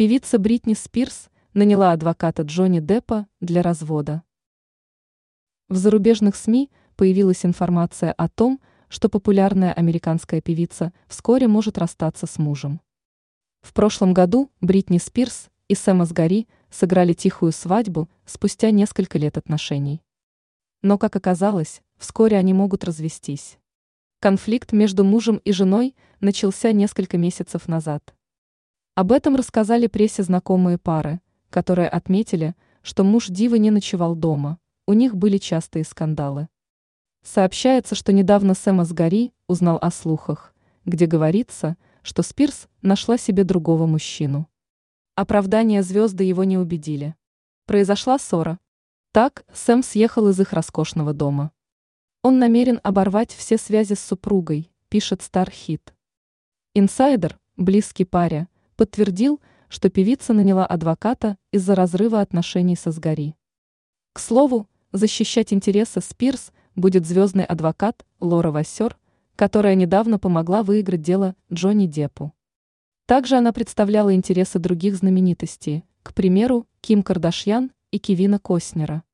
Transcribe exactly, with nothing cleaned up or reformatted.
Певица Бритни Спирс наняла адвоката Джонни Деппа для развода. В зарубежных СМИ появилась информация о том, что популярная американская певица вскоре может расстаться с мужем. В прошлом году Бритни Спирс и Сэм Асгари сыграли тихую свадьбу спустя несколько лет отношений. Но, как оказалось, вскоре они могут развестись. Конфликт между мужем и женой начался несколько месяцев назад. Об этом рассказали прессе знакомые пары, которые отметили, что муж дивы не ночевал дома, у них были частые скандалы. Сообщается, что недавно Сэм Асгари узнал о слухах, где говорится, что Спирс нашла себе другого мужчину. Оправдания звезды его не убедили. Произошла ссора. Так Сэм съехал из их роскошного дома. Он намерен оборвать все связи с супругой, пишет Стархит. Инсайдер, близкий паре, подтвердил, что певица наняла адвоката из-за разрыва отношений с Асгари. К слову, защищать интересы Спирс будет звездный адвокат Лора Вассер, которая недавно помогла выиграть дело Джонни Деппу. Также она представляла интересы других знаменитостей, к примеру, Ким Кардашьян и Кевина Костнера.